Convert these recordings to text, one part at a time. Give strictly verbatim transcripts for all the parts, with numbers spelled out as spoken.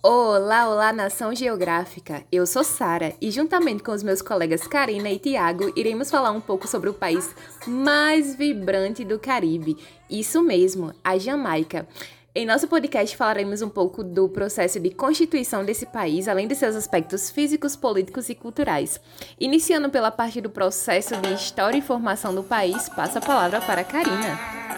Olá, olá, nação geográfica! Eu sou Sara e, juntamente com os meus colegas Karina e Tiago, iremos falar um pouco sobre o país mais vibrante do Caribe. Isso mesmo, a Jamaica. Em nosso podcast falaremos um pouco do processo de constituição desse país, além de seus aspectos físicos, políticos e culturais. Iniciando pela parte do processo de história e formação do país, passo a palavra para a Karina.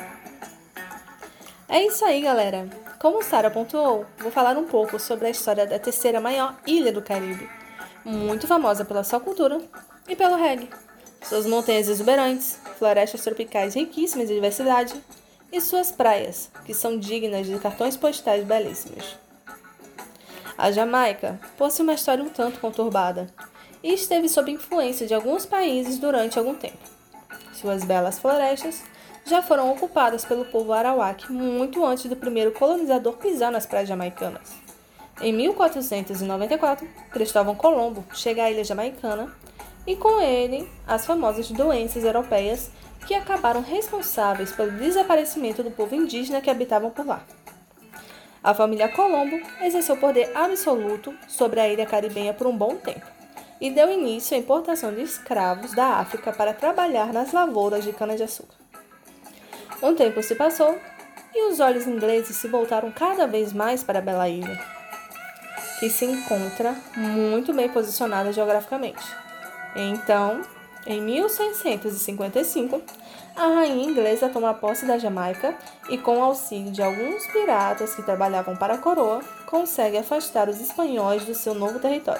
É isso aí, galera! Como Sara pontuou, vou falar um pouco sobre a história da terceira maior ilha do Caribe, muito famosa pela sua cultura e pelo reggae, suas montanhas exuberantes, florestas tropicais riquíssimas em diversidade e suas praias, que são dignas de cartões postais belíssimos. A Jamaica possui uma história um tanto conturbada e esteve sob influência de alguns países durante algum tempo. Suas belas florestas já foram ocupadas pelo povo arawak muito antes do primeiro colonizador pisar nas praias jamaicanas. Em mil quatrocentos e noventa e quatro, Cristóvão Colombo chega à ilha jamaicana e com ele as famosas doenças europeias que acabaram responsáveis pelo desaparecimento do povo indígena que habitavam por lá. A família Colombo exerceu poder absoluto sobre a ilha caribenha por um bom tempo e deu início à importação de escravos da África para trabalhar nas lavouras de cana-de-açúcar. Um tempo se passou e os olhos ingleses se voltaram cada vez mais para a bela ilha, que se encontra muito bem posicionada geograficamente. Então, em mil seiscentos e cinquenta e cinco, a rainha inglesa toma posse da Jamaica e, com o auxílio de alguns piratas que trabalhavam para a coroa, consegue afastar os espanhóis do seu novo território.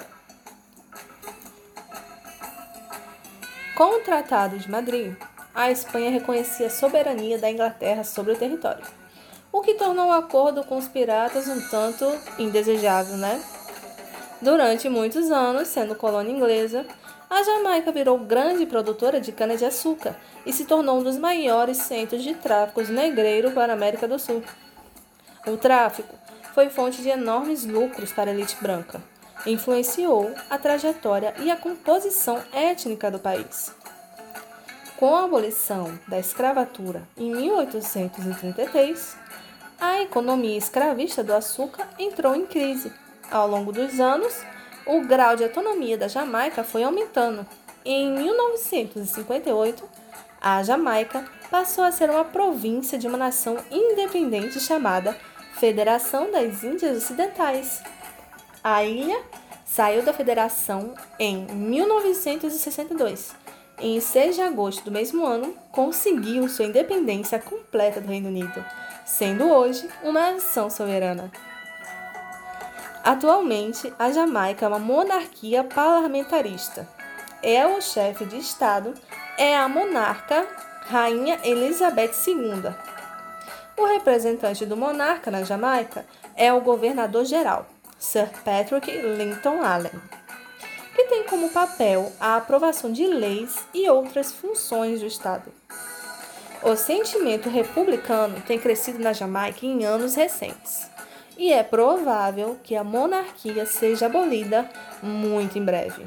Com o Tratado de Madrid, a Espanha reconhecia a soberania da Inglaterra sobre o território, o que tornou o acordo com os piratas um tanto indesejável, né? Durante muitos anos, sendo colônia inglesa, a Jamaica virou grande produtora de cana-de-açúcar e se tornou um dos maiores centros de tráfico negreiro para a América do Sul. O tráfico foi fonte de enormes lucros para a elite branca, e influenciou a trajetória e a composição étnica do país. Com a abolição da escravatura em mil oitocentos e trinta e três, a economia escravista do açúcar entrou em crise. Ao longo dos anos, o grau de autonomia da Jamaica foi aumentando e em mil novecentos e cinquenta e oito, a Jamaica passou a ser uma província de uma nação independente chamada Federação das Índias Ocidentais. A ilha saiu da federação em mil novecentos e sessenta e dois. Em seis de agosto do mesmo ano, conseguiu sua independência completa do Reino Unido, sendo hoje uma nação soberana. Atualmente, a Jamaica é uma monarquia parlamentarista. Ela, o chefe de Estado, é a monarca Rainha Elizabeth segunda. O representante do monarca na Jamaica é o governador-geral, Sir Patrick Linton Allen, que tem como papel a aprovação de leis e outras funções do Estado. O sentimento republicano tem crescido na Jamaica em anos recentes, e é provável que a monarquia seja abolida muito em breve.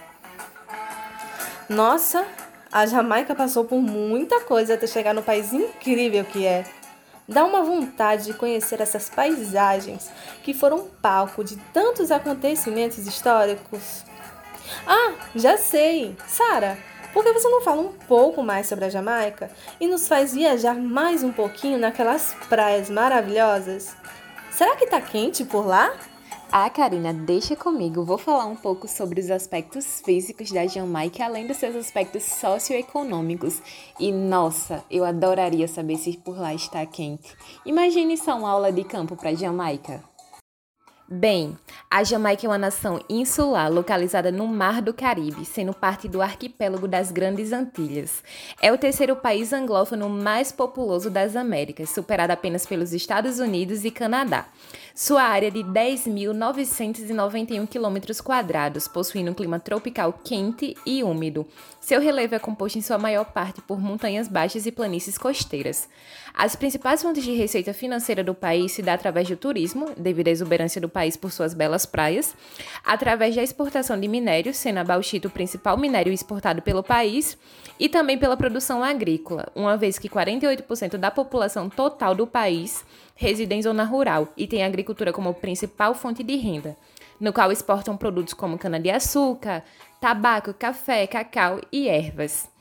Nossa, a Jamaica passou por muita coisa até chegar no país incrível que é. Dá uma vontade de conhecer essas paisagens que foram palco de tantos acontecimentos históricos. Ah, já sei! Sara, por que você não fala um pouco mais sobre a Jamaica e nos faz viajar mais um pouquinho naquelas praias maravilhosas? Será que tá quente por lá? Ah, Karina, deixa comigo. Vou falar um pouco sobre os aspectos físicos da Jamaica, além dos seus aspectos socioeconômicos. E, nossa, eu adoraria saber se por lá está quente. Imagine só uma aula de campo para a Jamaica. Bem, a Jamaica é uma nação insular localizada no Mar do Caribe, sendo parte do arquipélago das Grandes Antilhas. É o terceiro país anglófono mais populoso das Américas, superado apenas pelos Estados Unidos e Canadá. Sua área é de dez mil novecentos e noventa e um quilômetros quadrados, possuindo um clima tropical quente e úmido. Seu relevo é composto em sua maior parte por montanhas baixas e planícies costeiras. As principais fontes de receita financeira do país se dá através do turismo, devido à exuberância do país por suas belas praias, através da exportação de minérios, sendo a bauxita o principal minério exportado pelo país, e também pela produção agrícola, uma vez que quarenta e oito por cento da população total do país reside em zona rural e tem a agricultura como principal fonte de renda, no qual exportam produtos como cana-de-açúcar, tabaco, café, cacau e ervas.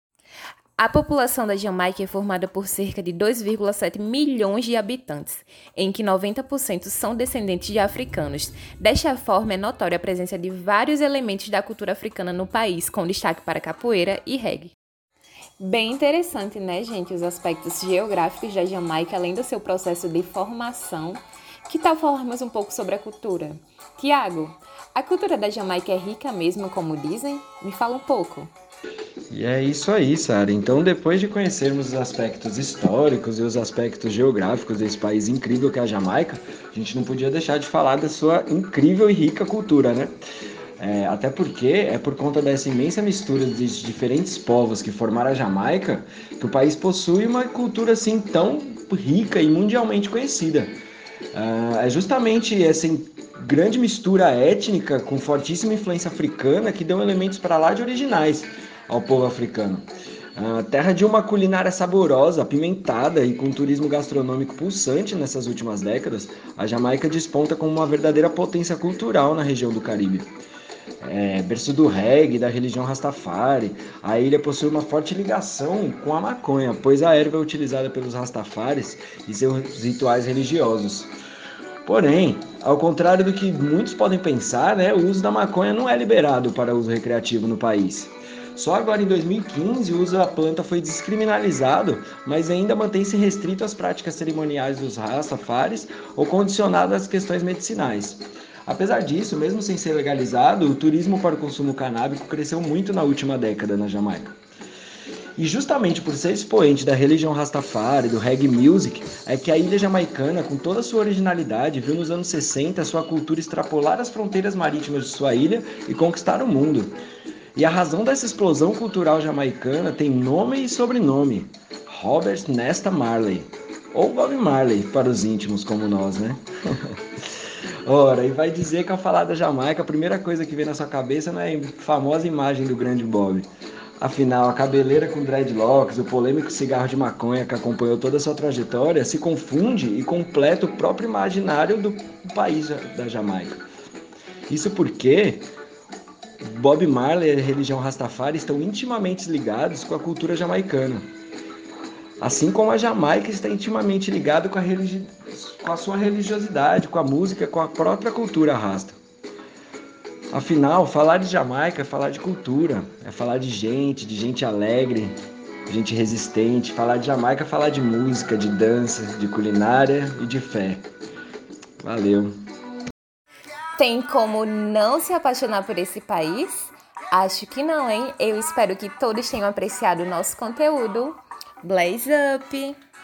A população da Jamaica é formada por cerca de dois vírgula sete milhões de habitantes, em que noventa por cento são descendentes de africanos. Desta forma, é notória a presença de vários elementos da cultura africana no país, com destaque para capoeira e reggae. Bem interessante, né, gente, os aspectos geográficos da Jamaica, além do seu processo de formação. Que tal falarmos um pouco sobre a cultura? Tiago, a cultura da Jamaica é rica mesmo, como dizem? Me fala um pouco. E é isso aí, Sara. Então, depois de conhecermos os aspectos históricos e os aspectos geográficos desse país incrível que é a Jamaica, a gente não podia deixar de falar da sua incrível e rica cultura, né? É, até porque é por conta dessa imensa mistura de diferentes povos que formaram a Jamaica que o país possui uma cultura assim tão rica e mundialmente conhecida. Uh, é justamente essa grande mistura étnica com fortíssima influência africana que deu elementos para lá de originais ao povo africano. Uh, terra de uma culinária saborosa, apimentada e com turismo gastronômico pulsante nessas últimas décadas, a Jamaica desponta como uma verdadeira potência cultural na região do Caribe. É, berço do reggae, da religião Rastafari, a ilha possui uma forte ligação com a maconha, pois a erva é utilizada pelos Rastafaris e seus rituais religiosos. Porém, ao contrário do que muitos podem pensar, né, o uso da maconha não é liberado para uso recreativo no país. Só agora em dois mil e quinze o uso da planta foi descriminalizado, mas ainda mantém-se restrito às práticas cerimoniais dos Rastafaris ou condicionado às questões medicinais. Apesar disso, mesmo sem ser legalizado, o turismo para o consumo canábico cresceu muito na última década na Jamaica. E justamente por ser expoente da religião Rastafari, do reggae music, é que a ilha jamaicana, com toda a sua originalidade, viu nos anos sessenta sua cultura extrapolar as fronteiras marítimas de sua ilha e conquistar o mundo. E a razão dessa explosão cultural jamaicana tem nome e sobrenome: Robert Nesta Marley, ou Bob Marley para os íntimos como nós, né? Ora, e vai dizer que ao falar da Jamaica, a primeira coisa que vem na sua cabeça não é a famosa imagem do grande Bob. Afinal, a cabeleira com dreadlocks, o polêmico cigarro de maconha que acompanhou toda a sua trajetória, se confunde e completa o próprio imaginário do país da Jamaica. Isso porque Bob Marley e a religião Rastafari estão intimamente ligados com a cultura jamaicana. Assim como a Jamaica está intimamente ligada com, religi... com a sua religiosidade, com a música, com a própria cultura rasta. Afinal, falar de Jamaica é falar de cultura, é falar de gente, de gente alegre, gente resistente. Falar de Jamaica é falar de música, de dança, de culinária e de fé. Valeu! Tem como não se apaixonar por esse país? Acho que não, hein? Eu espero que todos tenham apreciado o nosso conteúdo. Blaze up!